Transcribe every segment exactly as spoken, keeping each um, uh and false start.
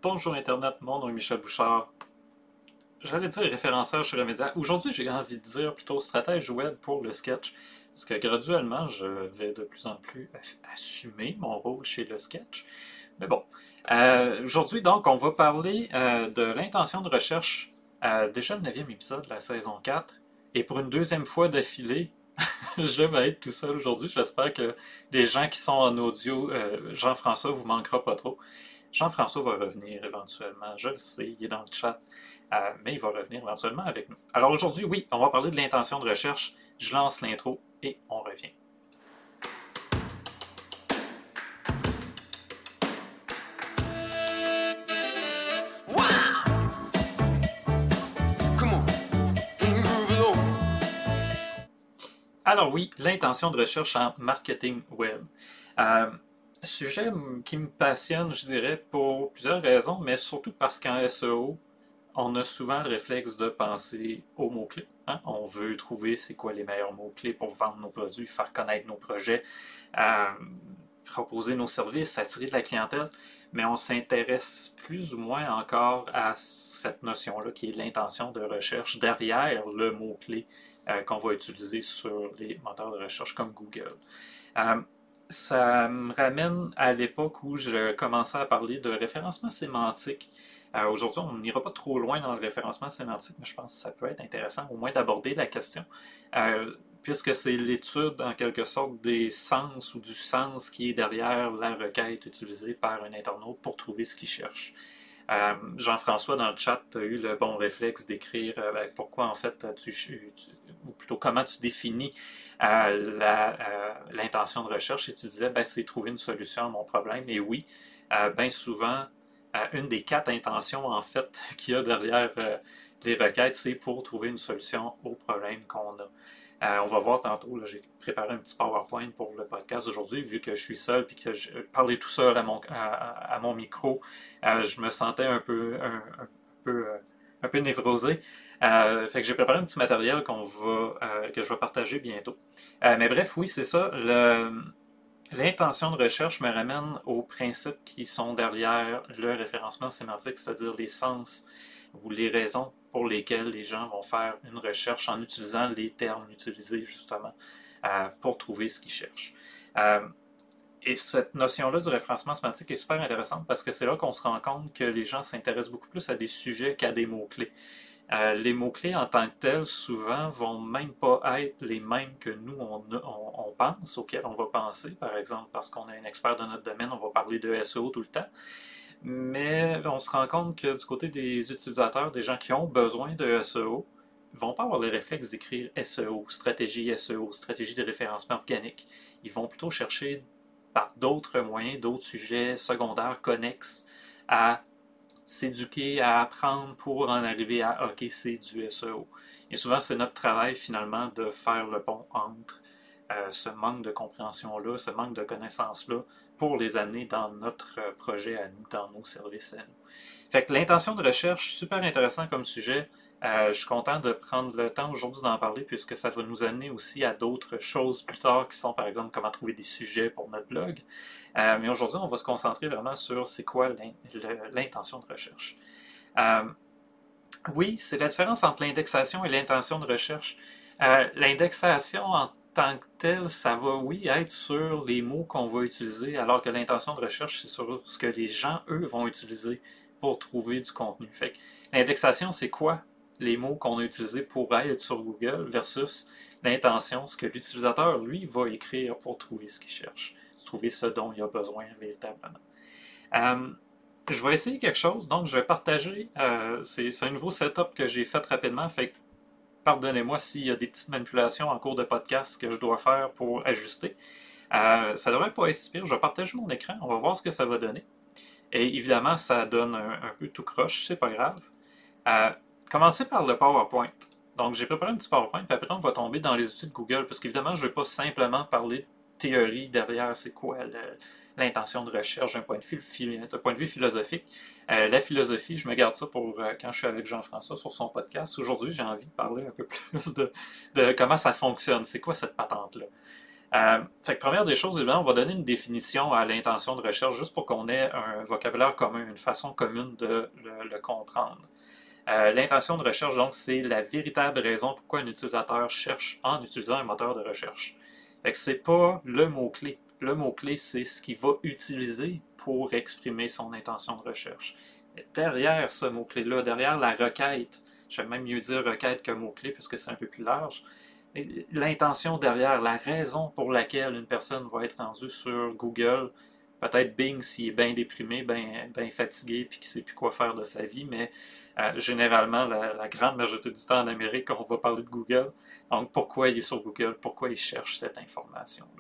Bonjour Internet, mon nom est Michel Bouchard. J'allais dire référenceur chez Remedia. Aujourd'hui, j'ai envie de dire plutôt stratège web pour le sketch. Parce que graduellement, je vais de plus en plus assumer mon rôle chez le sketch. Mais bon. Euh, aujourd'hui, donc, on va parler euh, de l'intention de recherche. Euh, déjà le neuvième épisode de la saison quatre. Et pour une deuxième fois d'affilée, je vais être tout seul aujourd'hui. J'espère que les gens qui sont en audio, euh, Jean-François vous manquera pas trop. Jean-François va revenir éventuellement, je le sais, il est dans le chat, euh, mais il va revenir éventuellement avec nous. Alors aujourd'hui, oui, on va parler de l'intention de recherche. Je lance l'intro et on revient. Alors oui, l'intention de recherche en marketing web. Euh, sujet qui me passionne, je dirais, pour plusieurs raisons, mais surtout parce qu'en S E O, on a souvent le réflexe de penser aux mots-clés. Hein? On veut trouver c'est quoi les meilleurs mots-clés pour vendre nos produits, faire connaître nos projets, euh, proposer nos services, attirer de la clientèle, mais on s'intéresse plus ou moins encore à cette notion-là qui est l'intention de recherche derrière le mot-clé euh, qu'on va utiliser sur les moteurs de recherche comme Google. Euh, ça me ramène à l'époque où je commençais à parler de référencement sémantique. Euh, aujourd'hui, on n'ira pas trop loin dans le référencement sémantique, mais je pense que ça peut être intéressant au moins d'aborder la question, euh, puisque c'est l'étude en quelque sorte des sens ou du sens qui est derrière la requête utilisée par un internaute pour trouver ce qu'il cherche. Euh, Jean-François dans le chat a eu le bon réflexe d'écrire euh, ben, pourquoi en fait tu, tu, ou plutôt comment tu définis euh, la, euh, l'intention de recherche et tu disais ben, c'est trouver une solution à mon problème. Et oui, euh, bien souvent euh, une des quatre intentions en fait qu'il y a derrière euh, les requêtes, c'est pour trouver une solution au problème qu'on a. Euh, on va voir tantôt, là, j'ai préparé un petit PowerPoint pour le podcast d'aujourd'hui, vu que je suis seul et que je parlais tout seul à mon, à, à mon micro, euh, je me sentais un peu, un, un peu, euh, un peu névrosé. Euh, fait que j'ai préparé un petit matériel qu'on va, euh, que je vais partager bientôt. Euh, mais bref, oui, c'est ça. Le, l'intention de recherche me ramène aux principes qui sont derrière le référencement sémantique, c'est-à-dire les sens ou les raisons pour lesquelles les gens vont faire une recherche en utilisant les termes utilisés justement euh, pour trouver ce qu'ils cherchent. Euh, et cette notion-là du référencement sémantique est super intéressante parce que c'est là qu'on se rend compte que les gens s'intéressent beaucoup plus à des sujets qu'à des mots-clés. Euh, les mots-clés en tant que tels, souvent, vont même pas être les mêmes que nous, on, on, on pense, auxquels on va penser, par exemple, parce qu'on est un expert de notre domaine, on va parler de S E O tout le temps. Mais on se rend compte que du côté des utilisateurs, des gens qui ont besoin de S E O, ne vont pas avoir le réflexe d'écrire S E O, stratégie S E O, stratégie de référencement organique. Ils vont plutôt chercher par d'autres moyens, d'autres sujets secondaires connexes à s'éduquer, à apprendre pour en arriver à OK, c'est du S E O. Et souvent, c'est notre travail finalement de faire le pont entre euh, ce manque de compréhension-là, ce manque de connaissances-là, pour les amener dans notre projet à nous, dans nos services à nous. Fait que l'intention de recherche, super intéressant comme sujet. Euh, je suis content de prendre le temps aujourd'hui d'en parler puisque ça va nous amener aussi à d'autres choses plus tard qui sont par exemple comment trouver des sujets pour notre blog. Euh, mais aujourd'hui, on va se concentrer vraiment sur c'est quoi l'intention de recherche. Euh, oui, c'est la différence entre l'indexation et l'intention de recherche. Euh, l'indexation en tant que tel, ça va, oui, être sur les mots qu'on va utiliser, alors que l'intention de recherche, c'est sur ce que les gens, eux, vont utiliser pour trouver du contenu. Fait que l'indexation, c'est quoi les mots qu'on a utilisés pour être sur Google versus l'intention, ce que l'utilisateur, lui, va écrire pour trouver ce qu'il cherche, trouver ce dont il a besoin véritablement. Euh, je vais essayer quelque chose, donc je vais partager, euh, c'est, c'est un nouveau setup que j'ai fait rapidement, fait que pardonnez-moi s'il y a des petites manipulations en cours de podcast que je dois faire pour ajuster. Euh, ça devrait pas être si pire. Je vais partager mon écran. On va voir ce que ça va donner. Et évidemment, ça donne un, un peu tout croche. C'est pas grave. Euh, commencez par le PowerPoint. Donc, j'ai préparé un petit PowerPoint, puis après, on va tomber dans les outils de Google. Parce qu'évidemment, je ne vais pas simplement parler de théorie derrière c'est quoi le, l'intention de recherche d'un point de vue, d'un point de vue philosophique. Euh, la philosophie, je me garde ça pour euh, quand je suis avec Jean-François sur son podcast. Aujourd'hui, j'ai envie de parler un peu plus de, de comment ça fonctionne. C'est quoi cette patente-là? Euh, fait que première des choses, évidemment, on va donner une définition à l'intention de recherche juste pour qu'on ait un vocabulaire commun, une façon commune de le, le comprendre. Euh, l'intention de recherche, donc, c'est la véritable raison pourquoi un utilisateur cherche en utilisant un moteur de recherche. Fait que c'est pas le mot-clé. Le mot-clé, c'est ce qu'il va utiliser pour exprimer son intention de recherche. Et derrière ce mot-clé-là, derrière la requête, j'aime même mieux dire requête que mot-clé puisque c'est un peu plus large, l'intention derrière, la raison pour laquelle une personne va être rendue sur Google, peut-être Bing s'il est bien déprimé, bien, bien fatigué, puis qu'il ne sait plus quoi faire de sa vie, mais euh, généralement, la, la grande majorité du temps en Amérique, on va parler de Google. Donc, pourquoi il est sur Google? Pourquoi il cherche cette information-là?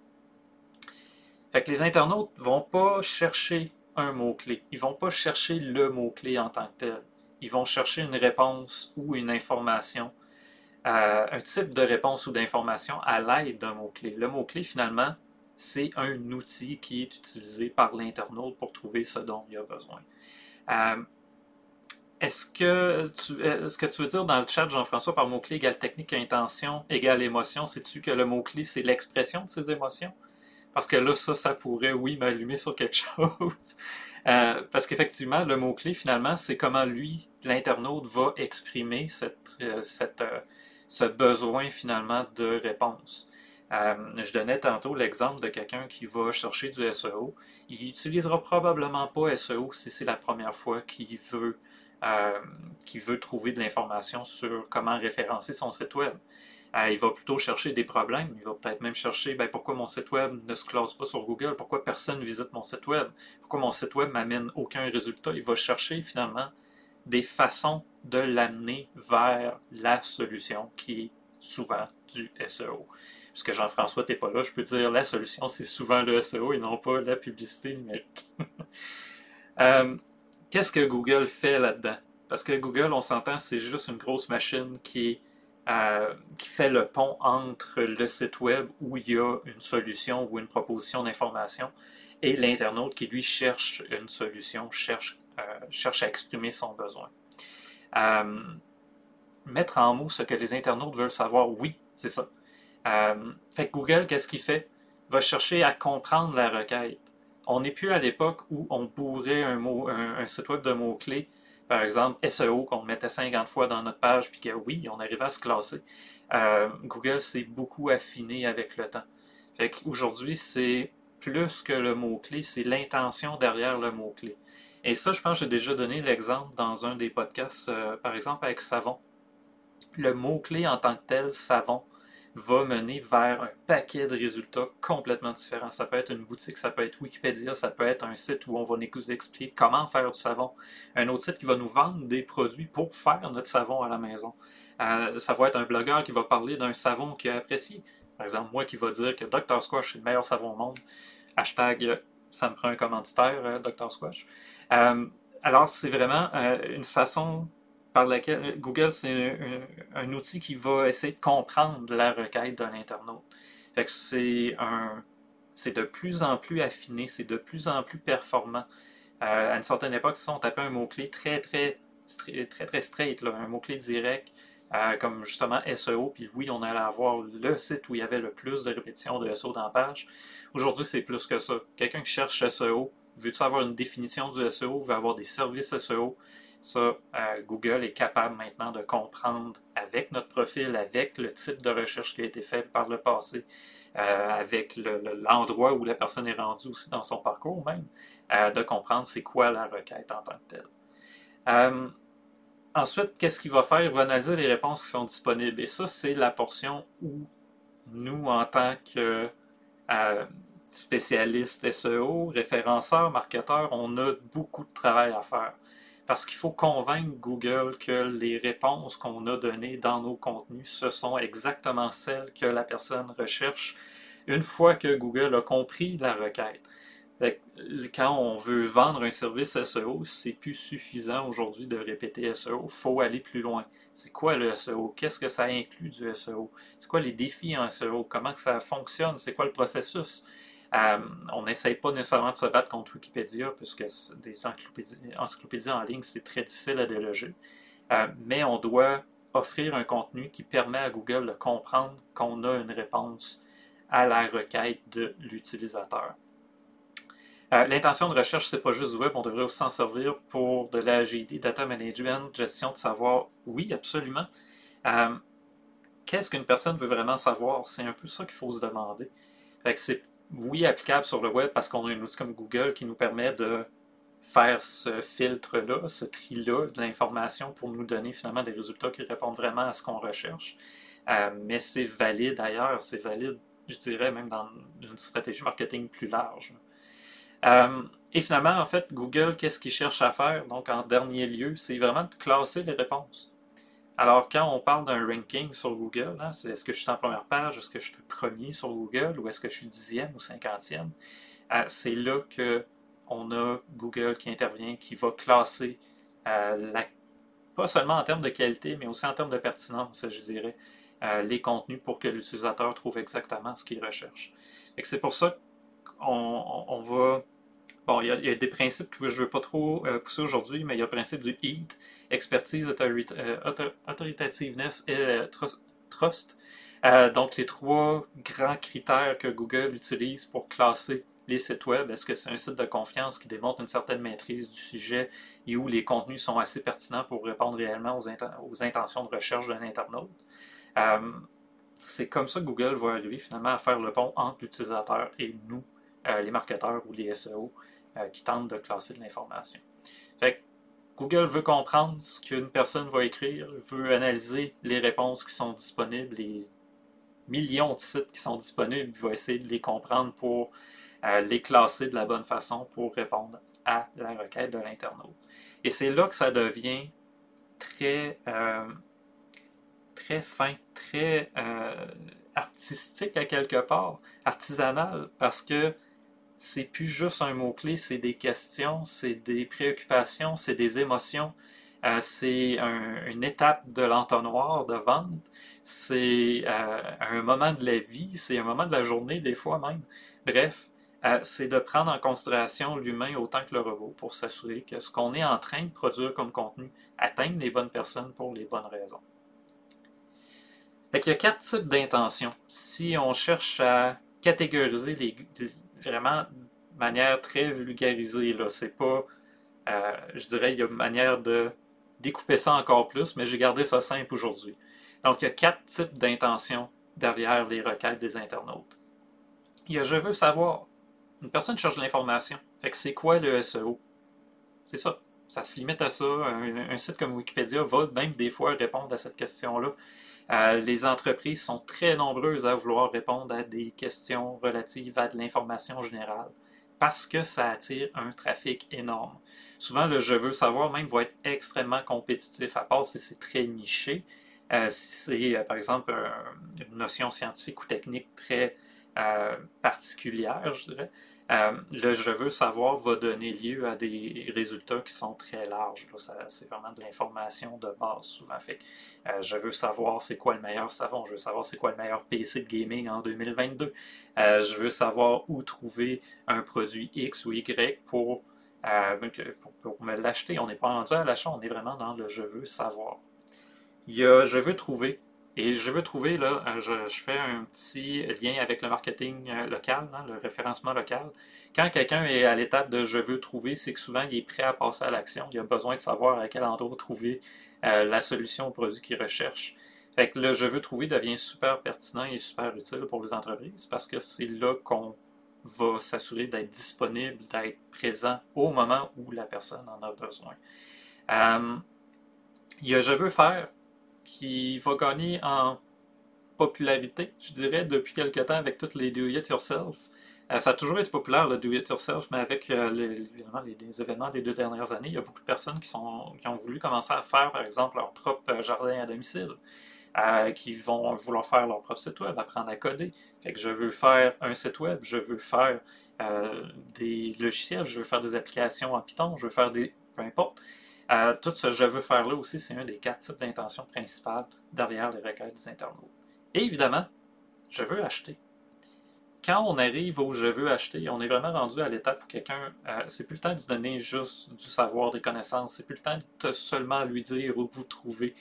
Fait que les internautes ne vont pas chercher un mot-clé. Ils ne vont pas chercher le mot-clé en tant que tel. Ils vont chercher une réponse ou une information, euh, un type de réponse ou d'information à l'aide d'un mot-clé. Le mot-clé, finalement, c'est un outil qui est utilisé par l'internaute pour trouver ce dont il a besoin. Euh, Est-ce que, tu, est-ce que tu veux dire dans le chat, Jean-François, par mot-clé égale technique intention égale émotion, sais-tu que le mot-clé, c'est l'expression de ces émotions? Parce que là, ça, ça pourrait, oui, m'allumer sur quelque chose. Euh, parce qu'effectivement, le mot-clé, finalement, c'est comment lui, l'internaute, va exprimer cette, euh, cette, euh, ce besoin, finalement, de réponse. Euh, je donnais tantôt l'exemple de quelqu'un qui va chercher du S E O. Il n'utilisera probablement pas S E O si c'est la première fois qu'il veut, euh, qu'il veut trouver de l'information sur comment référencer son site web. Euh, il va plutôt chercher des problèmes. Il va peut-être même chercher ben, pourquoi mon site web ne se classe pas sur Google, pourquoi personne ne visite mon site web, pourquoi mon site web m'amène aucun résultat. Il va chercher finalement des façons de l'amener vers la solution qui est souvent du S E O. Puisque Jean-François, t'es pas là, je peux dire la solution, c'est souvent le S E O et non pas la publicité numérique. euh, Qu'est-ce que Google fait là-dedans? Parce que Google, on s'entend, c'est juste une grosse machine qui est Euh, qui fait le pont entre le site web où il y a une solution ou une proposition d'information et l'internaute qui, lui, cherche une solution, cherche, euh, cherche à exprimer son besoin. Euh, mettre en mots ce que les internautes veulent savoir, oui, c'est ça. Euh, fait que Google, qu'est-ce qu'il fait? Va chercher à comprendre la requête. On n'est plus à l'époque où on bourrait un, mot, un, un site web de mots-clés, par exemple S E O, qu'on mettait cinquante fois dans notre page, puis que oui, on arrivait à se classer. Euh, Google s'est beaucoup affiné avec le temps. Fait qu'aujourd'hui, c'est plus que le mot-clé, c'est l'intention derrière le mot-clé. Et ça, je pense que j'ai déjà donné l'exemple dans un des podcasts, euh, par exemple avec savon. Le mot-clé en tant que tel, savon, va mener vers un paquet de résultats complètement différents. Ça peut être une boutique, ça peut être Wikipédia, ça peut être un site où on va nous expliquer comment faire du savon. Un autre site qui va nous vendre des produits pour faire notre savon à la maison. Euh, ça va être un blogueur qui va parler d'un savon qu'il a apprécié. Par exemple, moi qui va dire que docteur Squash est le meilleur savon au monde. Hashtag, ça me prend un commanditaire, euh, docteur Squash. Euh, alors, c'est vraiment euh, une façon par laquelle Google, c'est un, un, outil qui va essayer de comprendre la requête d'un internaute. Fait que c'est un, c'est de plus en plus affiné, c'est de plus en plus performant. Euh, à une certaine époque, si on tapait un mot-clé très, très, très, très, très straight, là, un mot-clé direct, euh, comme justement S E O, puis oui, on allait avoir le site où il y avait le plus de répétitions de S E O dans la page. Aujourd'hui, c'est plus que ça. Quelqu'un qui cherche S E O, veut-tu avoir une définition du S E O, veut avoir des services S E O, ça, euh, Google est capable maintenant de comprendre avec notre profil, avec le type de recherche qui a été fait par le passé, euh, avec le, le, l'endroit où la personne est rendue aussi dans son parcours même, euh, de comprendre c'est quoi la requête en tant que telle. Euh, ensuite, qu'est-ce qu'il va faire? Il va analyser les réponses qui sont disponibles. Et ça, c'est la portion où nous, en tant que euh, spécialistes S E O, référenceurs, marketeurs, on a beaucoup de travail à faire. Parce qu'il faut convaincre Google que les réponses qu'on a données dans nos contenus, ce sont exactement celles que la personne recherche une fois que Google a compris la requête. Quand on veut vendre un service S E O, c'est plus suffisant aujourd'hui de répéter S E O. Il faut aller plus loin. C'est quoi le S E O? Qu'est-ce que ça inclut du S E O? C'est quoi les défis en S E O? Comment ça fonctionne? C'est quoi le processus? Euh, on n'essaye pas nécessairement de se battre contre Wikipédia, puisque des encyclopédies, encyclopédies en ligne, c'est très difficile à déloger. Euh, mais on doit offrir un contenu qui permet à Google de comprendre qu'on a une réponse à la requête de l'utilisateur. Euh, L'intention de recherche, c'est pas juste du web, on devrait aussi s'en servir pour de la G D, data management, gestion de savoir. Oui, absolument. Euh, Qu'est-ce qu'une personne veut vraiment savoir? C'est un peu ça qu'il faut se demander. Fait que c'est, oui, applicable sur le web parce qu'on a un outil comme Google qui nous permet de faire ce filtre-là, ce tri-là de l'information pour nous donner finalement des résultats qui répondent vraiment à ce qu'on recherche. Euh, mais c'est valide ailleurs, c'est valide, je dirais, même dans une stratégie marketing plus large. Euh, et finalement, en fait, Google, qu'est-ce qu'il cherche à faire? Donc, en dernier lieu, c'est vraiment de classer les réponses. Alors, quand on parle d'un ranking sur Google, hein, c'est, est-ce que je suis en première page, est-ce que je suis premier sur Google, ou est-ce que je suis dixième ou cinquantième? Euh, c'est là qu'on a Google qui intervient, qui va classer, euh, la, pas seulement en termes de qualité, mais aussi en termes de pertinence, je dirais, euh, les contenus pour que l'utilisateur trouve exactement ce qu'il recherche. C'est pour ça qu'on on va... Bon, il y, a, il y a des principes que je ne veux pas trop euh, pousser aujourd'hui, mais il y a le principe du E A T, expertise, autorita euh, authoritativeness et euh, trust. Euh, donc, les trois grands critères que Google utilise pour classer les sites web. Est-ce que c'est un site de confiance qui démontre une certaine maîtrise du sujet et où les contenus sont assez pertinents pour répondre réellement aux, int aux intentions de recherche d'un internaute? Euh, c'est comme ça que Google va arriver finalement à faire le pont entre l'utilisateur et nous, euh, les marketeurs ou les S E O, euh, qui tentent de classer de l'information. Fait que Google veut comprendre ce qu'une personne va écrire, veut analyser les réponses qui sont disponibles, les millions de sites qui sont disponibles, il va essayer de les comprendre pour euh, les classer de la bonne façon pour répondre à la requête de l'internaute. Et c'est là que ça devient très, euh, très fin, très euh, artistique à quelque part, artisanal, parce que c'est plus juste un mot-clé, c'est des questions, c'est des préoccupations, c'est des émotions, euh, c'est un, une étape de l'entonnoir de vente, c'est euh, un moment de la vie, c'est un moment de la journée des fois même. Bref, euh, c'est de prendre en considération l'humain autant que le robot pour s'assurer que ce qu'on est en train de produire comme contenu atteigne les bonnes personnes pour les bonnes raisons. Fait qu'il y a quatre types d'intentions. Si on cherche à catégoriser les, vraiment de manière très vulgarisée, là, c'est pas, euh, je dirais, il y a une manière de découper ça encore plus, mais j'ai gardé ça simple aujourd'hui. Donc, il y a quatre types d'intentions derrière les requêtes des internautes. Il y a je veux savoir. Une personne cherche de l'information. Fait que c'est quoi le S E O? C'est ça. Ça se limite à ça. Un, un site comme Wikipédia va même des fois répondre à cette question-là. Euh, les entreprises sont très nombreuses à vouloir répondre à des questions relatives à de l'information générale parce que ça attire un trafic énorme. Souvent, le je veux savoir même va être extrêmement compétitif, à part si c'est très niché. Euh, si c'est, euh, par exemple, euh, une notion scientifique ou technique très euh, particulière, je dirais, euh, le je veux savoir va donner lieu à des résultats qui sont très larges. C'est vraiment de l'information de base souvent. Fait que, euh, je veux savoir c'est quoi le meilleur savon, je veux savoir c'est quoi le meilleur P C de gaming en deux mille vingt-deux. Euh, je veux savoir où trouver un produit X ou Y pour, euh, pour, pour me l'acheter. On n'est pas rendu à l'achat, on est vraiment dans le je veux savoir. Il y a je veux trouver. Et je veux trouver, là, je, je fais un petit lien avec le marketing local, hein, le référencement local. Quand quelqu'un est à l'étape de je veux trouver, c'est que souvent il est prêt à passer à l'action. Il a besoin de savoir à quel endroit trouver euh, la solution au produit qu'il recherche. Fait que le je veux trouver devient super pertinent et super utile pour les entreprises parce que c'est là qu'on va s'assurer d'être disponible, d'être présent au moment où la personne en a besoin. Euh, il y a je veux faire qui va gagner en popularité, je dirais, depuis quelque temps avec toutes les do-it-yourself. Euh, ça a toujours été populaire, le do-it-yourself, mais avec euh, les, évidemment, les, les événements des deux dernières années, il y a beaucoup de personnes qui, sont, qui ont voulu commencer à faire, par exemple, leur propre jardin à domicile, euh, qui vont vouloir faire leur propre site web, apprendre à coder. Fait que je veux faire un site web, je veux faire euh, des logiciels, je veux faire des applications en Python, je veux faire des... peu importe. Euh, tout ce je veux faire là aussi, c'est un des quatre types d'intentions principales derrière les requêtes des internautes. Et évidemment, je veux acheter. Quand on arrive au je veux acheter, on est vraiment rendu à l'étape où quelqu'un, euh, c'est plus le temps de lui donner juste du savoir, des connaissances, c'est plus le temps de seulement lui dire où vous trouvez.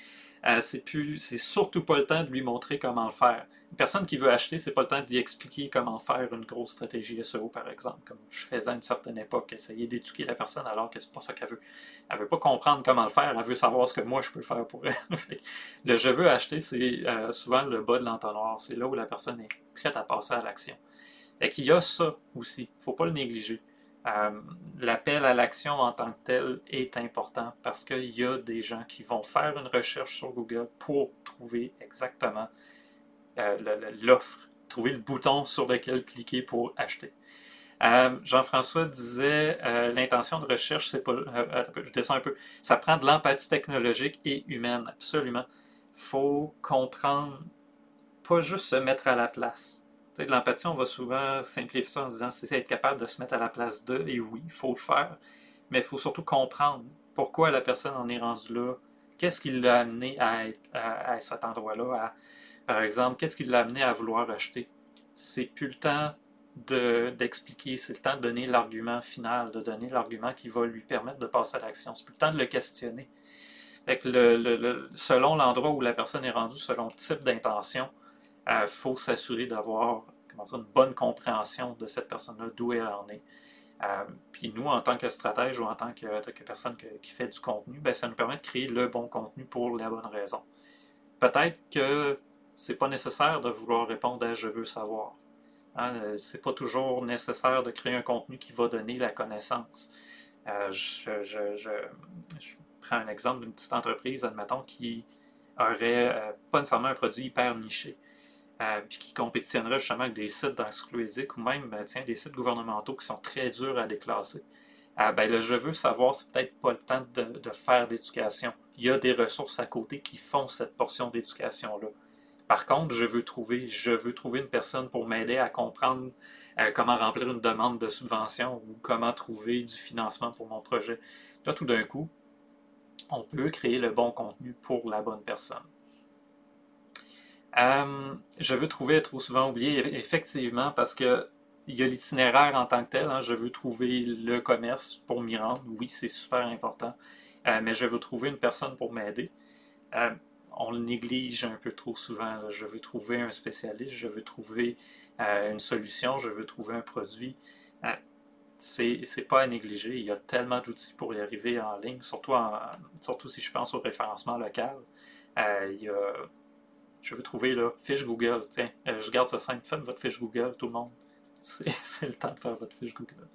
Euh, c'est plus, c'est surtout pas le temps de lui montrer comment le faire. Une personne qui veut acheter, c'est pas le temps d'y expliquer comment faire une grosse stratégie S E O, par exemple, comme je faisais à une certaine époque, essayer d'éduquer la personne alors que c'est pas ça qu'elle veut. Elle veut pas comprendre comment le faire, elle veut savoir ce que moi je peux faire pour elle. Le je veux acheter, c'est euh, souvent le bas de l'entonnoir. C'est là où la personne est prête à passer à l'action. Et qu'il y a ça aussi, il ne faut pas le négliger. Euh, L'appel à l'action en tant que tel est important parce qu'il y a des gens qui vont faire une recherche sur Google pour trouver exactement euh, l'offre, trouver le bouton sur lequel cliquer pour acheter. Euh, Jean-François disait euh, l'intention de recherche, c'est pas. Euh, je descends un peu. Ça prend de l'empathie technologique et humaine, absolument. Il faut comprendre, pas juste se mettre à la place. De l'empathie, on va souvent simplifier ça en disant c'est être capable de se mettre à la place d'eux, et oui, il faut le faire, mais il faut surtout comprendre pourquoi la personne en est rendue là, qu'est-ce qui l'a amené à, être, à, à cet endroit-là, à, par exemple, qu'est-ce qui l'a amené à vouloir acheter. C'est plus le temps de, d'expliquer, c'est le temps de donner l'argument final, de donner l'argument qui va lui permettre de passer à l'action. C'est plus le temps de le questionner. Fait que le, le, le, selon l'endroit où la personne est rendue, selon le type d'intention, il euh, faut s'assurer d'avoir comment dire, une bonne compréhension de cette personne-là, d'où elle en est. Euh, puis nous, en tant que stratège ou en tant que, que personne que, qui fait du contenu, ben, ça nous permet de créer le bon contenu pour la bonne raison. Peut-être que c'est pas nécessaire de vouloir répondre à « je veux savoir ». Hein, c'est pas toujours nécessaire de créer un contenu qui va donner la connaissance. Euh, je, je, je, je prends un exemple d'une petite entreprise, admettons, qui aurait euh, pas nécessairement un produit hyper niché, euh, puis qui compétitionnerait justement avec des sites d'encyclopédiques ou même ben, tiens, des sites gouvernementaux qui sont très durs à déclasser. Euh, ben, le je veux savoir, c'est peut-être pas le temps de, de faire d'éducation. Il y a des ressources à côté qui font cette portion d'éducation-là. Par contre, je veux trouver, je veux trouver une personne pour m'aider à comprendre euh, comment remplir une demande de subvention ou comment trouver du financement pour mon projet. Là, tout d'un coup, on peut créer le bon contenu pour la bonne personne. Euh, je veux trouver trop souvent oublié, effectivement, parce que il y a l'itinéraire en tant que tel. Hein, je veux trouver le commerce pour m'y rendre. Oui, c'est super important. Euh, mais je veux trouver une personne pour m'aider. Euh, on le néglige un peu trop souvent. Là. Je veux trouver un spécialiste, je veux trouver euh, une solution, je veux trouver un produit. Euh, c'est, c'est pas à négliger. Il y a tellement d'outils pour y arriver en ligne, surtout, en, surtout si je pense au référencement local. Euh, il y a, je veux trouver là, fiche Google. Tiens, euh, je garde ça simple. Faites votre fiche Google, tout le monde. C'est, c'est le temps de faire votre fiche Google.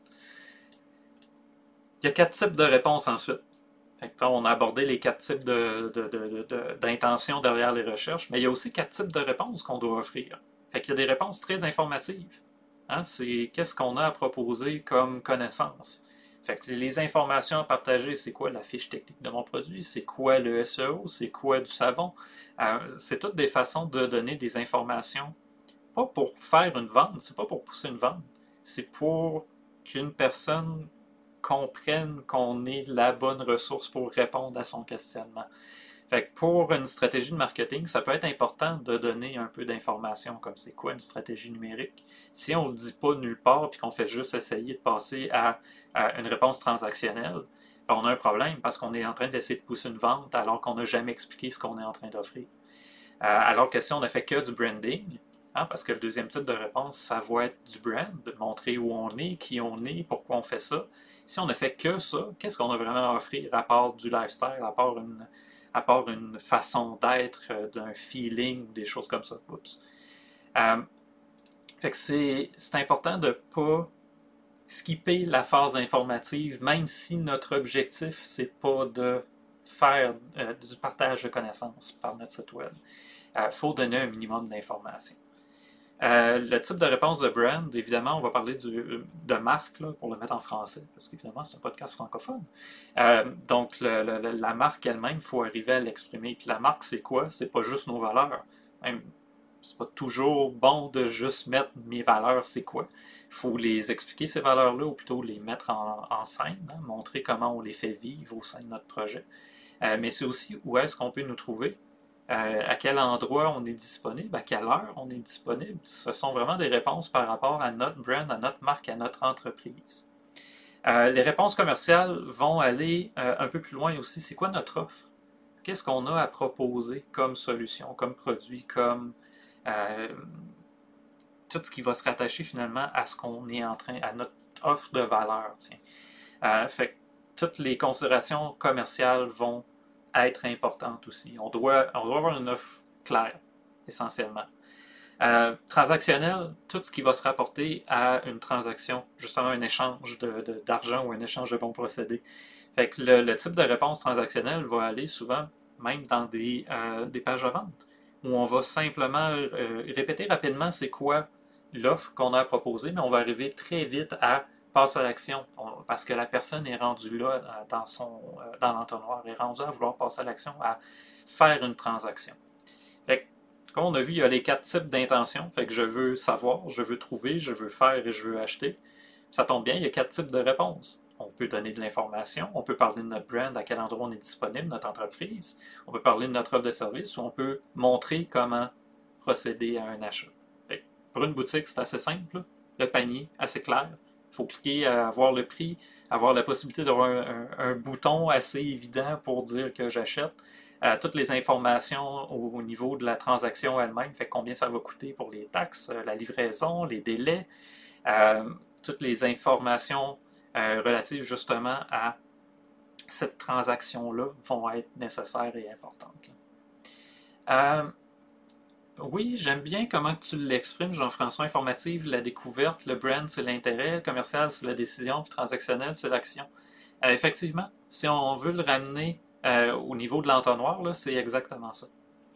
Il y a quatre types de réponses ensuite. Fait que, on a abordé les quatre types de, de, de, de, d'intentions derrière les recherches, mais il y a aussi quatre types de réponses qu'on doit offrir. Fait qu'il y a des réponses très informatives. Hein? C'est qu'est-ce qu'on a à proposer comme connaissance. Fait que les informations à partager, c'est quoi la fiche technique de mon produit, c'est quoi le S E O, c'est quoi du savon. Euh, c'est toutes des façons de donner des informations, pas pour faire une vente, c'est pas pour pousser une vente, c'est pour qu'une personne comprenne qu'on est la bonne ressource pour répondre à son questionnement. Fait que pour une stratégie de marketing, ça peut être important de donner un peu d'informations comme c'est quoi une stratégie numérique. Si on ne le dit pas nulle part puis qu'on fait juste essayer de passer à, à une réponse transactionnelle, ben on a un problème parce qu'on est en train d'essayer de pousser une vente alors qu'on n'a jamais expliqué ce qu'on est en train d'offrir. Euh, alors que si on a fait que du branding, hein, parce que le deuxième type de réponse, ça va être du brand, de montrer où on est, qui on est, pourquoi on fait ça. Si on ne fait que ça, qu'est-ce qu'on a vraiment à offrir à part du lifestyle, à part une, à part une façon d'être, euh, d'un feeling, des choses comme ça. Oups. Euh, fait que c'est, c'est important de ne pas skipper la phase informative, même si notre objectif, c'est pas de faire euh, du partage de connaissances par notre site web. Il euh, faut donner un minimum d'informations. Euh, le type de réponse de brand, évidemment, on va parler du, de marque là, pour le mettre en français, parce qu'évidemment, c'est un podcast francophone. Euh, donc, le, le, la marque elle-même, il faut arriver à l'exprimer. Puis la marque, c'est quoi? C'est pas juste nos valeurs. Même, c'est pas toujours bon de juste mettre mes valeurs, c'est quoi? Il faut les expliquer, ces valeurs-là, ou plutôt les mettre en, en scène, hein, montrer comment on les fait vivre au sein de notre projet. Euh, mais c'est aussi où est-ce qu'on peut nous trouver. Euh, à quel endroit on est disponible, à quelle heure on est disponible. Ce sont vraiment des réponses par rapport à notre brand, à notre marque, à notre entreprise. Euh, les réponses commerciales vont aller euh, un peu plus loin aussi. C'est quoi notre offre? qu'est-ce qu'on a à proposer comme solution, comme produit, comme euh, tout ce qui va se rattacher finalement à ce qu'on est en train, à notre offre de valeur. Tiens. Euh, fait que toutes les considérations commerciales vont être importantes aussi. On doit, on doit avoir une offre claire, essentiellement. Euh, transactionnel, tout ce qui va se rapporter à une transaction, justement un échange de, de, d'argent ou un échange de bons procédés. Fait que le, le type de réponse transactionnelle va aller souvent même dans des, euh, des pages de vente, où on va simplement euh, répéter rapidement c'est quoi l'offre qu'on a à proposer, mais on va arriver très vite à passer à l'action, parce que la personne est rendue là dans, son, dans l'entonnoir, est rendue à vouloir passer à l'action, à faire une transaction. Fait que, comme on a vu, il y a les quatre types d'intentions. Fait que je veux savoir, je veux trouver, je veux faire et je veux acheter. Ça tombe bien, il y a quatre types de réponses. On peut donner de l'information, on peut parler de notre brand, à quel endroit on est disponible, notre entreprise, on peut parler de notre offre de service ou on peut montrer comment procéder à un achat. Fait que pour une boutique, c'est assez simple. Le panier, assez clair. Il faut cliquer à avoir le prix, avoir la possibilité d'avoir un, un, un bouton assez évident pour dire que j'achète. Euh, toutes les informations au, au niveau de la transaction elle-même, fait combien ça va coûter pour les taxes, euh, la livraison, les délais, euh, toutes les informations euh, relatives justement à cette transaction-là vont être nécessaires et importantes. Euh, oui, j'aime bien comment tu l'exprimes, Jean-François. Informative, la découverte, le brand, c'est l'intérêt, le commercial, c'est la décision, puis transactionnel, c'est l'action. Euh, effectivement, si on veut le ramener euh, au niveau de l'entonnoir, là, c'est exactement ça.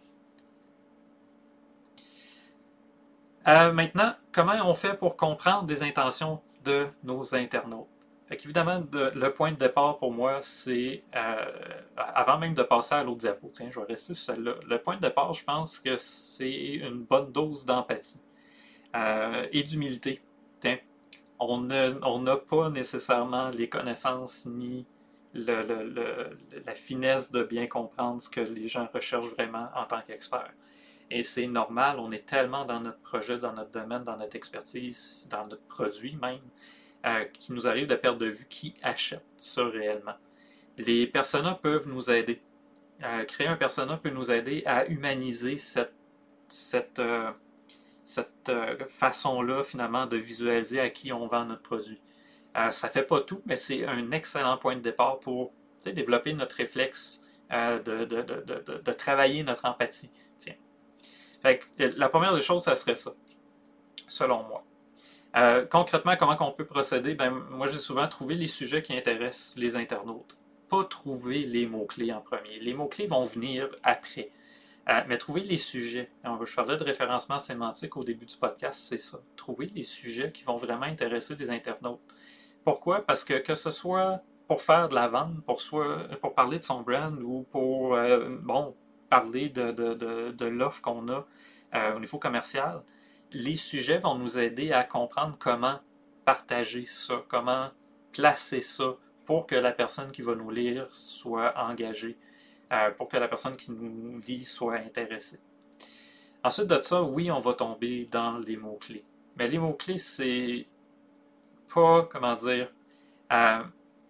Euh, maintenant, comment on fait pour comprendre les intentions de nos internautes? Fait qu'évidemment, de, le point de départ pour moi, c'est, euh, avant même de passer à l'autre diapo, tiens, je vais rester sur celle-là. Le point de départ, je pense que c'est une bonne dose d'empathie euh, et d'humilité. Tiens, on n'a pas nécessairement les connaissances ni le, le, le, la finesse de bien comprendre ce que les gens recherchent vraiment en tant qu'experts. Et c'est normal, on est tellement dans notre projet, dans notre domaine, dans notre expertise, dans notre produit même, euh, qu'il nous arrive de perdre de vue qui achète ça réellement. Les personas peuvent nous aider. Euh, créer un persona peut nous aider à humaniser cette, cette, euh, cette euh, façon-là, finalement, de visualiser à qui on vend notre produit. Euh, ça ne fait pas tout, mais c'est un excellent point de départ pour développer notre réflexe, euh, de, de, de, de, de travailler notre empathie. Tiens. Fait que, la première des choses, ça serait ça, selon moi. Euh, concrètement, comment on peut procéder? Ben, moi, j'ai souvent trouvé les sujets qui intéressent les internautes. Pas trouver les mots-clés en premier. Les mots-clés vont venir après. Euh, mais trouver les sujets. Je parlais de référencement sémantique au début du podcast, c'est ça. Trouver les sujets qui vont vraiment intéresser les internautes. Pourquoi? Parce que que ce soit pour faire de la vente, pour, soit, pour parler de son brand ou pour euh, bon, parler de, de, de, de l'offre qu'on a euh, au niveau commercial, les sujets vont nous aider à comprendre comment partager ça, comment placer ça pour que la personne qui va nous lire soit engagée, euh, pour que la personne qui nous lit soit intéressée. Ensuite de ça, oui, on va tomber dans les mots-clés. Mais les mots-clés, c'est pas, comment dire, euh,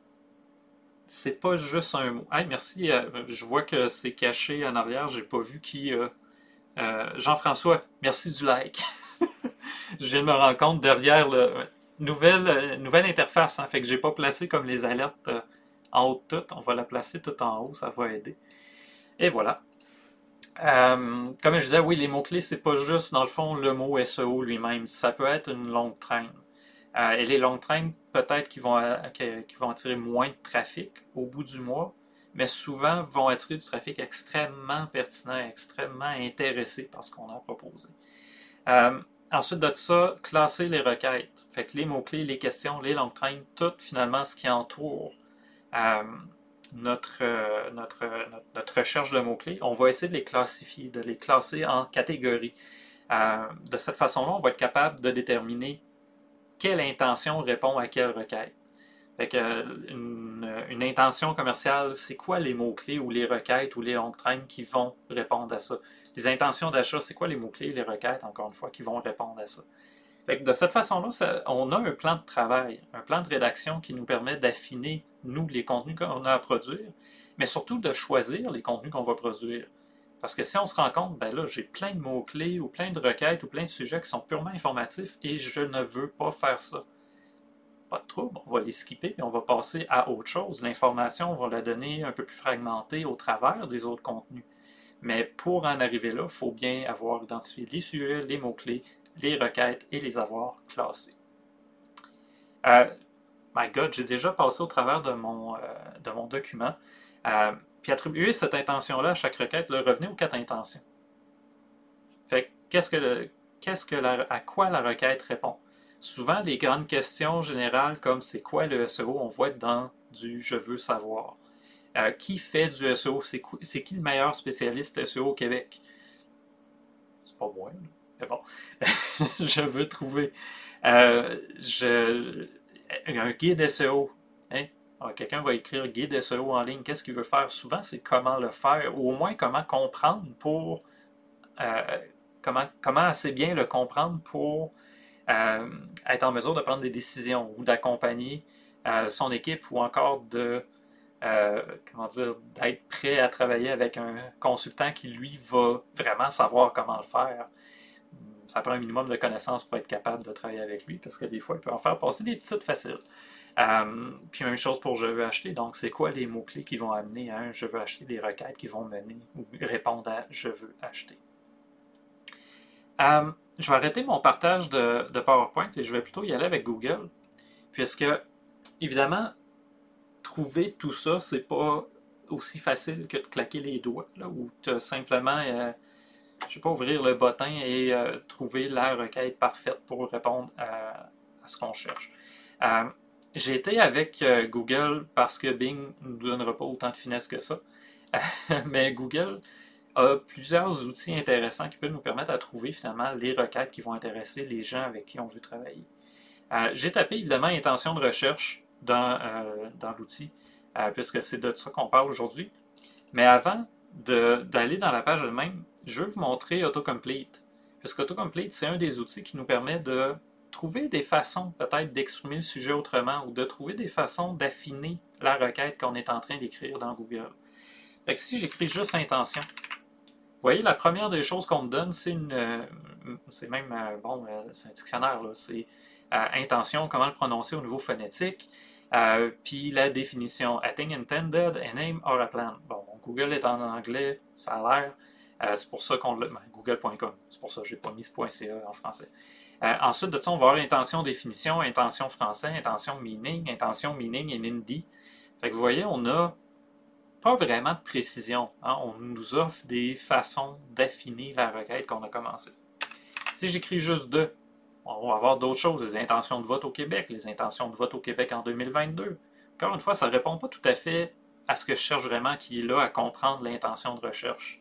c'est pas juste un mot. Hey, merci, euh, je vois que c'est caché en arrière, j'ai pas vu qui... Euh, euh, Jean-François, merci du like. Je viens de me rendre compte derrière le nouvelle, euh, nouvelle interface, hein, fait que j'ai pas placé comme les alertes euh, en haut de tout. On va la placer tout en haut, ça va aider. Et voilà. Euh, comme je disais, oui, les mots-clés, c'est pas juste, dans le fond, le mot S E O lui-même. Ça peut être une longue traîne. Euh, et les longues traînes, peut-être qu'ils vont, euh, qu'ils vont attirer moins de trafic au bout du mois, mais souvent vont attirer du trafic extrêmement pertinent, extrêmement intéressé par ce qu'on a proposé. Euh, ensuite de ça, classer les requêtes. Fait que les mots-clés, les questions, les longues traînes, tout finalement ce qui entoure euh, notre, euh, notre, notre, notre recherche de mots-clés, on va essayer de les classifier, de les classer en catégories. Euh, de cette façon-là, on va être capable de déterminer quelle intention répond à quelle requête. Fait que, une, une intention commerciale, c'est quoi les mots-clés ou les requêtes ou les longues traînes qui vont répondre à ça? Les intentions d'achat, c'est quoi les mots-clés et les requêtes, encore une fois, qui vont répondre à ça? Fait que de cette façon-là, ça, on a un plan de travail, un plan de rédaction qui nous permet d'affiner, nous, les contenus qu'on a à produire, mais surtout de choisir les contenus qu'on va produire. Parce que si on se rend compte, ben là, j'ai plein de mots-clés ou plein de requêtes ou plein de sujets qui sont purement informatifs et je ne veux pas faire ça. Pas de trouble, on va les skipper et on va passer à autre chose. L'information, on va la donner un peu plus fragmentée au travers des autres contenus. Mais pour en arriver là, il faut bien avoir identifié les sujets, les mots-clés, les requêtes et les avoir classés. Euh, my God, j'ai déjà passé au travers de mon, euh, de mon document. Euh, puis attribuer cette intention-là à chaque requête, là, revenez aux quatre intentions. Fait qu'est-ce que le, qu'est-ce que la, à quoi la requête répond? Souvent, des grandes questions générales comme c'est quoi le S E O, on voit être dans du je veux savoir. Euh, qui fait du S E O? C'est, c'est qui le meilleur spécialiste S E O au Québec? C'est pas moi, là. Mais bon, je veux trouver euh, je, un guide S E O. Hein? Alors, quelqu'un va écrire guide S E O en ligne. Qu'est-ce qu'il veut faire? Souvent, c'est comment le faire, ou au moins comment comprendre pour euh, comment, comment assez bien le comprendre pour euh, être en mesure de prendre des décisions ou d'accompagner euh, son équipe ou encore de euh, comment dire, d'être prêt à travailler avec un consultant qui, lui, va vraiment savoir comment le faire. Ça prend un minimum de connaissances pour être capable de travailler avec lui, parce que des fois, il peut en faire passer des petites faciles. Euh, puis même chose pour je veux acheter. Donc, c'est quoi les mots-clés qui vont amener à un je veux acheter, des requêtes qui vont mener ou répondre à je veux acheter. Euh, je vais arrêter mon partage de, de PowerPoint et je vais plutôt y aller avec Google, puisque, évidemment, trouver tout ça, c'est pas aussi facile que de claquer les doigts, là, ou de simplement, euh, je sais pas, ouvrir le bottin et euh, trouver la requête parfaite pour répondre à, à ce qu'on cherche. Euh, j'ai été avec euh, Google parce que Bing ne nous donnera pas autant de finesse que ça, mais Google a plusieurs outils intéressants qui peuvent nous permettre de trouver finalement les requêtes qui vont intéresser les gens avec qui on veut travailler. Euh, j'ai tapé évidemment intention de recherche dans, euh, dans l'outil, euh, puisque c'est de ça qu'on parle aujourd'hui. Mais avant de, d'aller dans la page elle-même, je veux vous montrer Autocomplete. Puisque Autocomplete, c'est un des outils qui nous permet de trouver des façons peut-être d'exprimer le sujet autrement ou de trouver des façons d'affiner la requête qu'on est en train d'écrire dans Google. Fait que si j'écris juste intention, vous voyez, la première des choses qu'on me donne, c'est une, euh, c'est même, euh, bon, euh, c'est un dictionnaire, là, c'est euh, intention, comment le prononcer au niveau phonétique, euh, puis la définition, a thing intended, a name or a plan. Bon, Google est en anglais, ça a l'air, euh, c'est pour ça qu'on le, ben, google point com, c'est pour ça que je n'ai pas mis ce .ca en français. Euh, ensuite de ça, on va avoir intention, définition, intention français, intention meaning, intention meaning in hindi. Fait que vous voyez, on a pas vraiment de précision. Hein? On nous offre des façons d'affiner la requête qu'on a commencée. Si j'écris juste deux, on va avoir d'autres choses, les intentions de vote au Québec, les intentions de vote au Québec en deux mille vingt-deux. Encore une fois, ça ne répond pas tout à fait à ce que je cherche vraiment, qui est là à comprendre l'intention de recherche.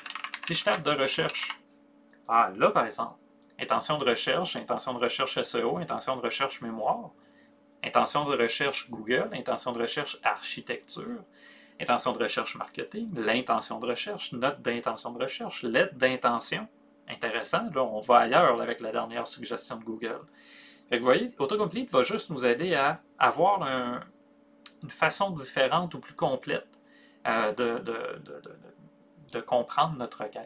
Si je tape de recherche, ah là par exemple, intention de recherche, intention de recherche S E O, intention de recherche mémoire, intention de recherche Google, intention de recherche architecture, intention de recherche marketing, l'intention de recherche, note d'intention de recherche, lettre d'intention. Intéressant, là, on va ailleurs là, avec la dernière suggestion de Google. Fait que vous voyez, Autocomplete va juste nous aider à avoir un, une façon différente ou plus complète euh, de, de, de, de, de comprendre notre requête.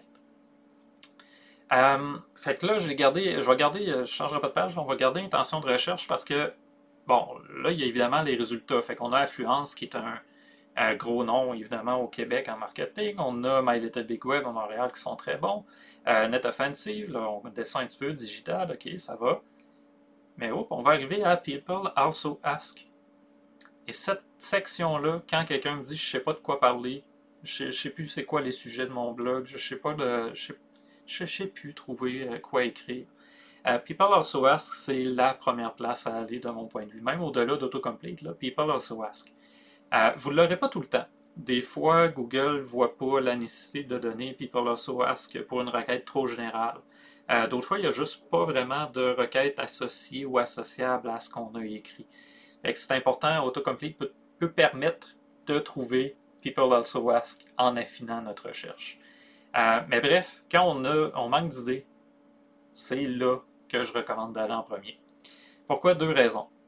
Euh, fait que là, j'ai gardé, je vais garder, je ne changerai pas de page, on va garder intention de recherche parce que, bon, là, il y a évidemment les résultats. Fait qu'on a Affluence qui est un un gros nom, évidemment, au Québec en marketing. On a My Little Big Web à Montréal qui sont très bons. Euh, Net Offensive, là, on descend un petit peu. Digital, ok, ça va. Mais hop, on va arriver à People Also Ask. Et cette section-là, quand quelqu'un me dit « je sais pas de quoi parler, je ne sais plus c'est quoi les sujets de mon blog, je sais pas de, je sais, je sais plus trouver quoi écrire », Uh, People Also Ask, c'est la première place à aller de mon point de vue, même au-delà d'Autocomplete, là, People Also Ask. Uh, vous ne l'aurez pas tout le temps. Des fois, Google ne voit pas la nécessité de donner People Also Ask pour une requête trop générale. Uh, D'autres fois, il n'y a juste pas vraiment de requête associée ou associable à ce qu'on a écrit. C'est important, Autocomplete peut, peut permettre de trouver People Also Ask en affinant notre recherche. Uh, mais bref, quand on, a, on manque d'idées, c'est là que je recommande d'aller en premier. Pourquoi? Deux raisons.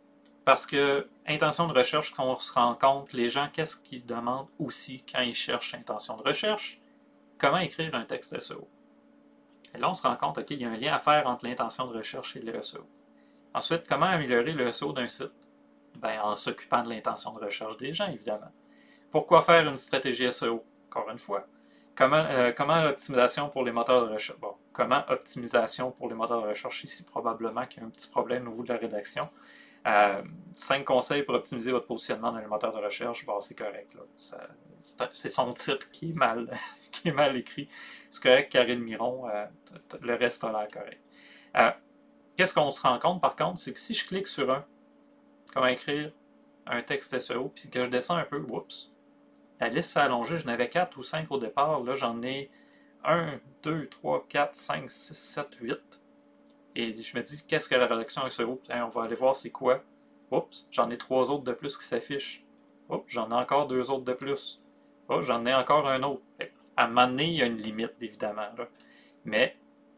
Parce que intention de recherche, qu'on se rend compte, les gens, qu'est-ce qu'ils demandent aussi quand ils cherchent intention de recherche? Comment écrire un texte S E O? Et là, on se rend compte, OK, il y a un lien à faire entre l'intention de recherche et le S E O. Ensuite, comment améliorer le S E O d'un site? Ben, en s'occupant de l'intention de recherche des gens, évidemment. Pourquoi faire une stratégie S E O? Encore une fois. Comment, euh, comment l'optimisation pour les moteurs de recherche? Bon, comment optimisation pour les moteurs de recherche? Ici, probablement qu'il y a un petit problème au niveau de la rédaction. Euh, cinq conseils pour optimiser votre positionnement dans les moteurs de recherche. Bon, c'est correct. C'est son titre qui est mal, qui est mal écrit. C'est correct, Karine Miron. Euh, le reste a l'air correct. Euh, Qu'est-ce qu'on se rend compte, par contre, c'est que si je clique sur un, comment écrire un texte S E O, puis que je descends un peu, oups, la liste s'est allongée, je n'avais quatre ou cinq au départ, là j'en ai un, deux, trois, quatre, cinq, six, sept, huit. Et je me dis, qu'est-ce que la rédaction S E O? Hein, on va aller voir c'est quoi. Oups, j'en ai trois autres de plus qui s'affichent. Oups, j'en ai encore deux autres de plus. Oups, j'en ai encore un autre. À un moment donné, il y a une limite, évidemment. Là. Mais,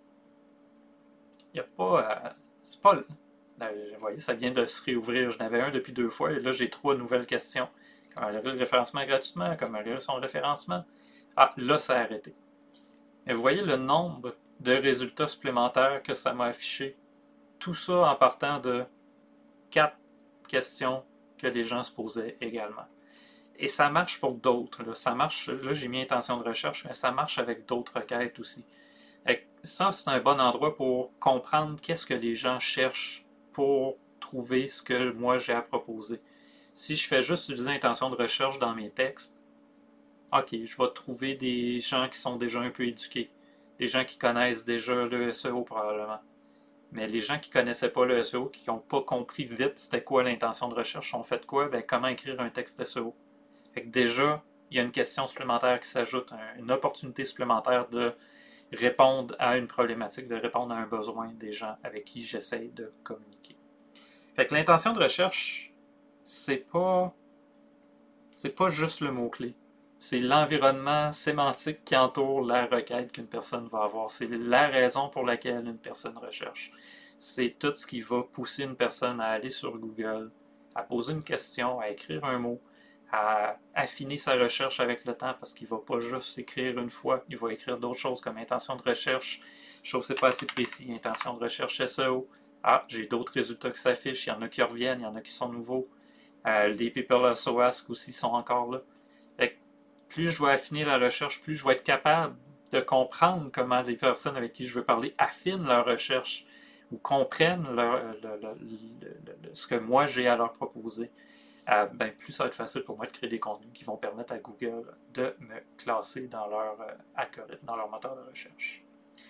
il n'y a pas... Euh, c'est pas... Là, vous voyez, ça vient de se réouvrir. Je n'avais un depuis deux fois et là, j'ai trois nouvelles questions. Comment améliorer le référencement gratuitement? Comment améliorer son référencement? Ah, là, ça a arrêté. Et vous voyez le nombre de résultats supplémentaires que ça m'a affiché. Tout ça en partant de quatre questions que les gens se posaient également. Et ça marche pour d'autres. Là. Ça marche, là j'ai mis intention de recherche, mais ça marche avec d'autres requêtes aussi. Et ça, c'est un bon endroit pour comprendre qu'est-ce que les gens cherchent pour trouver ce que moi j'ai à proposer. Si je fais juste utiliser intention de recherche dans mes textes, ok, je vais trouver des gens qui sont déjà un peu éduqués, des gens qui connaissent déjà le S E O probablement. Mais les gens qui ne connaissaient pas le S E O, qui n'ont pas compris vite c'était quoi l'intention de recherche, ont fait quoi? Ben, comment écrire un texte S E O? Fait que déjà, il y a une question supplémentaire qui s'ajoute, une opportunité supplémentaire de répondre à une problématique, de répondre à un besoin des gens avec qui j'essaie de communiquer. Fait que l'intention de recherche, c'est pas, c'est pas juste le mot-clé. C'est l'environnement sémantique qui entoure la requête qu'une personne va avoir. C'est la raison pour laquelle une personne recherche. C'est tout ce qui va pousser une personne à aller sur Google, à poser une question, à écrire un mot, à affiner sa recherche avec le temps parce qu'il ne va pas juste écrire une fois, il va écrire d'autres choses comme intention de recherche. Je trouve que ce n'est pas assez précis. Intention de recherche S E O. Ah, j'ai d'autres résultats qui s'affichent. Il y en a qui reviennent, il y en a qui sont nouveaux. Euh, les People S O Ask aussi sont encore là. Fait que plus je vais affiner la recherche, plus je vais être capable de comprendre comment les personnes avec qui je veux parler affinent leur recherche ou comprennent leur, le, le, le, le, ce que moi j'ai à leur proposer. Euh, ben, plus ça va être facile pour moi de créer des contenus qui vont permettre à Google de me classer dans leur euh, algorithme, dans leur moteur de recherche.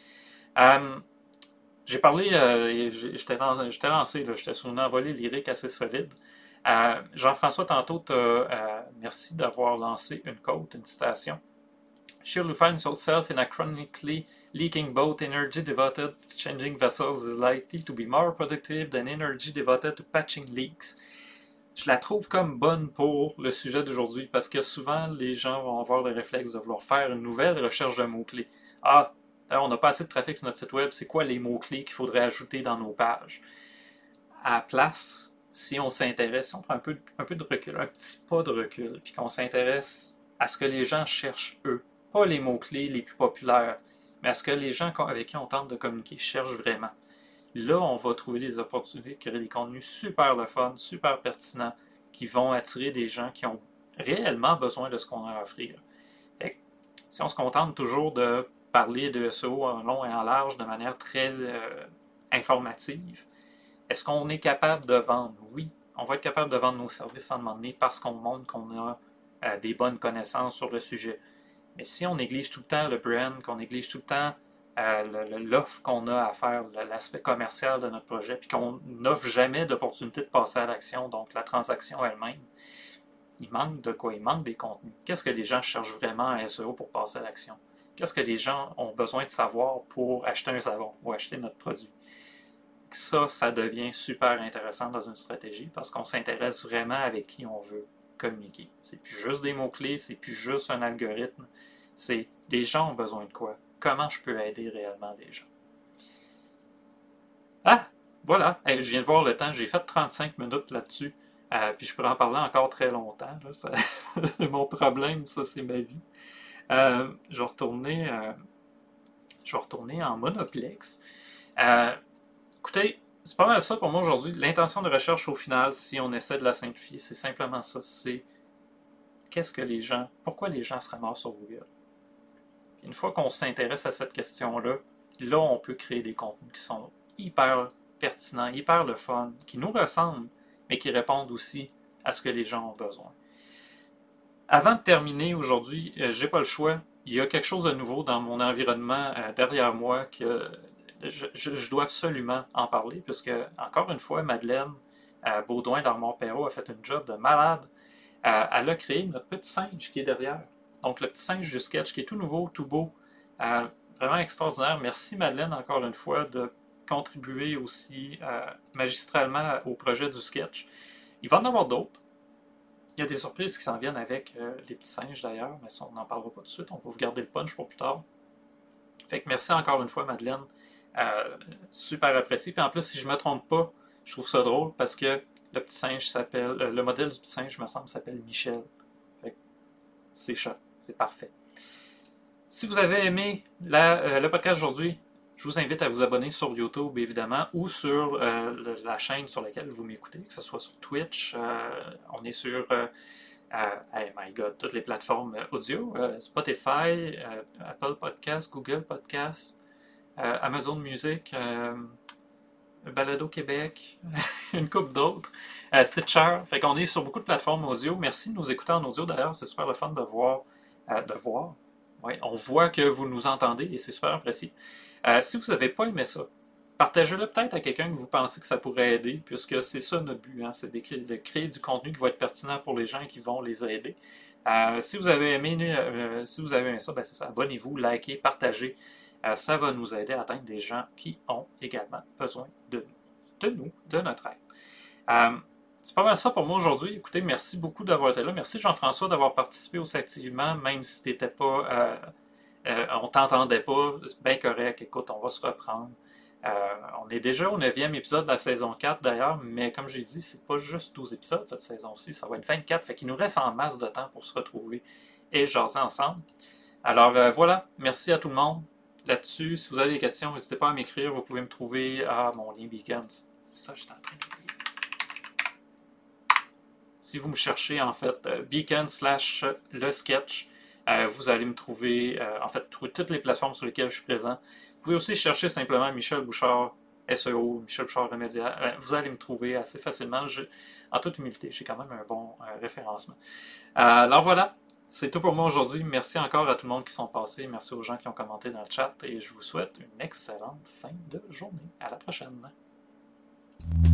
Euh, j'ai parlé, euh, j'étais lancé, j'étais sur une envolée lyrique assez solide. Euh, Jean-François, tantôt, t'as, euh, merci d'avoir lancé une quote, une citation. She'll find yourself in a chronically leaking boat. Energy devoted to changing vessels is likely to be more productive than energy devoted to patching leaks. Je la trouve comme bonne pour le sujet d'aujourd'hui parce que souvent les gens vont avoir le réflexe de vouloir faire une nouvelle recherche de mots-clés. Ah, on n'a pas assez de trafic sur notre site web, c'est quoi les mots-clés qu'il faudrait ajouter dans nos pages? À la place, si on s'intéresse, si on prend un peu, un peu de recul, un petit pas de recul, puis qu'on s'intéresse à ce que les gens cherchent eux, pas les mots-clés les plus populaires, mais à ce que les gens avec qui on tente de communiquer cherchent vraiment. Là, on va trouver des opportunités de créer des contenus super le fun, super pertinents, qui vont attirer des gens qui ont réellement besoin de ce qu'on a à offrir. Et si on se contente toujours de parler de S E O en long et en large de manière très euh, informative, est-ce qu'on est capable de vendre? Oui, on va être capable de vendre nos services à un moment donné parce qu'on montre qu'on a euh, des bonnes connaissances sur le sujet. Mais si on néglige tout le temps le brand, qu'on néglige tout le temps euh, l'offre qu'on a à faire, l'aspect commercial de notre projet, puis qu'on n'offre jamais d'opportunité de passer à l'action, donc la transaction elle-même, il manque de quoi? Il manque des contenus. Qu'est-ce que les gens cherchent vraiment à S E O pour passer à l'action? Qu'est-ce que les gens ont besoin de savoir pour acheter un savon ou acheter notre produit? Ça, ça devient super intéressant dans une stratégie parce qu'on s'intéresse vraiment avec qui on veut communiquer. C'est plus juste des mots-clés, c'est plus juste un algorithme. C'est les gens ont besoin de quoi? Comment je peux aider réellement les gens? Ah! voilà, hey, je viens de voir le temps, j'ai fait trente-cinq minutes là-dessus. Euh, puis je pourrais en parler encore très longtemps. Là, ça, c'est mon problème, ça c'est ma vie. Euh, je vais retourner, euh, je vais retourner en monoplex. Euh, écoutez, c'est pas mal ça pour moi aujourd'hui. L'intention de recherche au final, si on essaie de la simplifier, c'est simplement ça. C'est qu'est-ce que les gens, pourquoi les gens se ramassent sur Google. Une fois qu'on s'intéresse à cette question-là, là on peut créer des contenus qui sont hyper pertinents, hyper le fun, qui nous ressemblent, mais qui répondent aussi à ce que les gens ont besoin. Avant de terminer aujourd'hui, euh, j'ai pas le choix. Il y a quelque chose de nouveau dans mon environnement euh, derrière moi que je, je, je dois absolument en parler, puisque, encore une fois, Madeleine euh, Baudouin d'Armand-Perrault a fait une job de malade. Euh, elle a créé notre petit singe qui est derrière. Donc, le petit singe du sketch qui est tout nouveau, tout beau, euh, vraiment extraordinaire. Merci Madeleine, encore une fois, de contribuer aussi euh, magistralement au projet du sketch. Il va en avoir d'autres. Il y a des surprises qui s'en viennent avec euh, les petits singes d'ailleurs, mais ça, on n'en parlera pas tout de suite. On va vous garder le punch pour plus tard. Fait que merci encore une fois, Madeleine. Euh, super apprécié. Puis en plus, si je ne me trompe pas, je trouve ça drôle parce que le petit singe s'appelle. Euh, le modèle du petit singe, me semble, s'appelle Michel. Fait que c'est chat. C'est parfait. Si vous avez aimé la, euh, le podcast aujourd'hui, je vous invite à vous abonner sur YouTube, évidemment, ou sur euh, le, la chaîne sur laquelle vous m'écoutez, que ce soit sur Twitch. Euh, on est sur, euh, euh, hey my God, toutes les plateformes audio, euh, Spotify, euh, Apple Podcasts, Google Podcasts, euh, Amazon Music, euh, Balado Québec, une couple d'autres, euh, Stitcher. Fait qu'on est sur beaucoup de plateformes audio. Merci de nous écouter en audio, d'ailleurs, c'est super le fun de voir, euh, de voir. Oui, on voit que vous nous entendez et c'est super apprécié. Euh, si vous n'avez pas aimé ça, partagez-le peut-être à quelqu'un que vous pensez que ça pourrait aider, puisque c'est ça notre but, hein, c'est de créer, de créer du contenu qui va être pertinent pour les gens et qui vont les aider. Euh, si vous avez aimé, euh, si vous avez aimé ça, ben c'est ça, abonnez-vous, likez, partagez. Euh, ça va nous aider à atteindre des gens qui ont également besoin de nous, de nous, de notre aide. Euh, C'est pas mal ça pour moi aujourd'hui. Écoutez, merci beaucoup d'avoir été là. Merci Jean-François d'avoir participé aussi activement, même si t'étais pas, euh, euh, on t'entendait pas. C'est bien correct. Écoute, on va se reprendre. Euh, on est déjà au neuvième épisode de la saison quatre d'ailleurs, mais comme j'ai dit, c'est pas juste douze épisodes cette saison-ci, ça va être vingt-quatre, fait qu'il nous reste en masse de temps pour se retrouver et jaser ensemble. Alors euh, voilà, merci à tout le monde. Là-dessus, si vous avez des questions, n'hésitez pas à m'écrire, vous pouvez me trouver à mon lien Beacons. C'est ça, j'étais en train de dire. Si vous me cherchez, en fait, euh, Beacon slash le sketch, euh, vous allez me trouver, euh, en fait, trouver toutes les plateformes sur lesquelles je suis présent. Vous pouvez aussi chercher simplement Michel Bouchard, S E O, Michel Bouchard Remédia. Euh, vous allez me trouver assez facilement. Je, en toute humilité, j'ai quand même un bon euh, référencement. Euh, alors voilà, c'est tout pour moi aujourd'hui. Merci encore à tout le monde qui sont passés. Merci aux gens qui ont commenté dans le chat. Et je vous souhaite une excellente fin de journée. À la prochaine.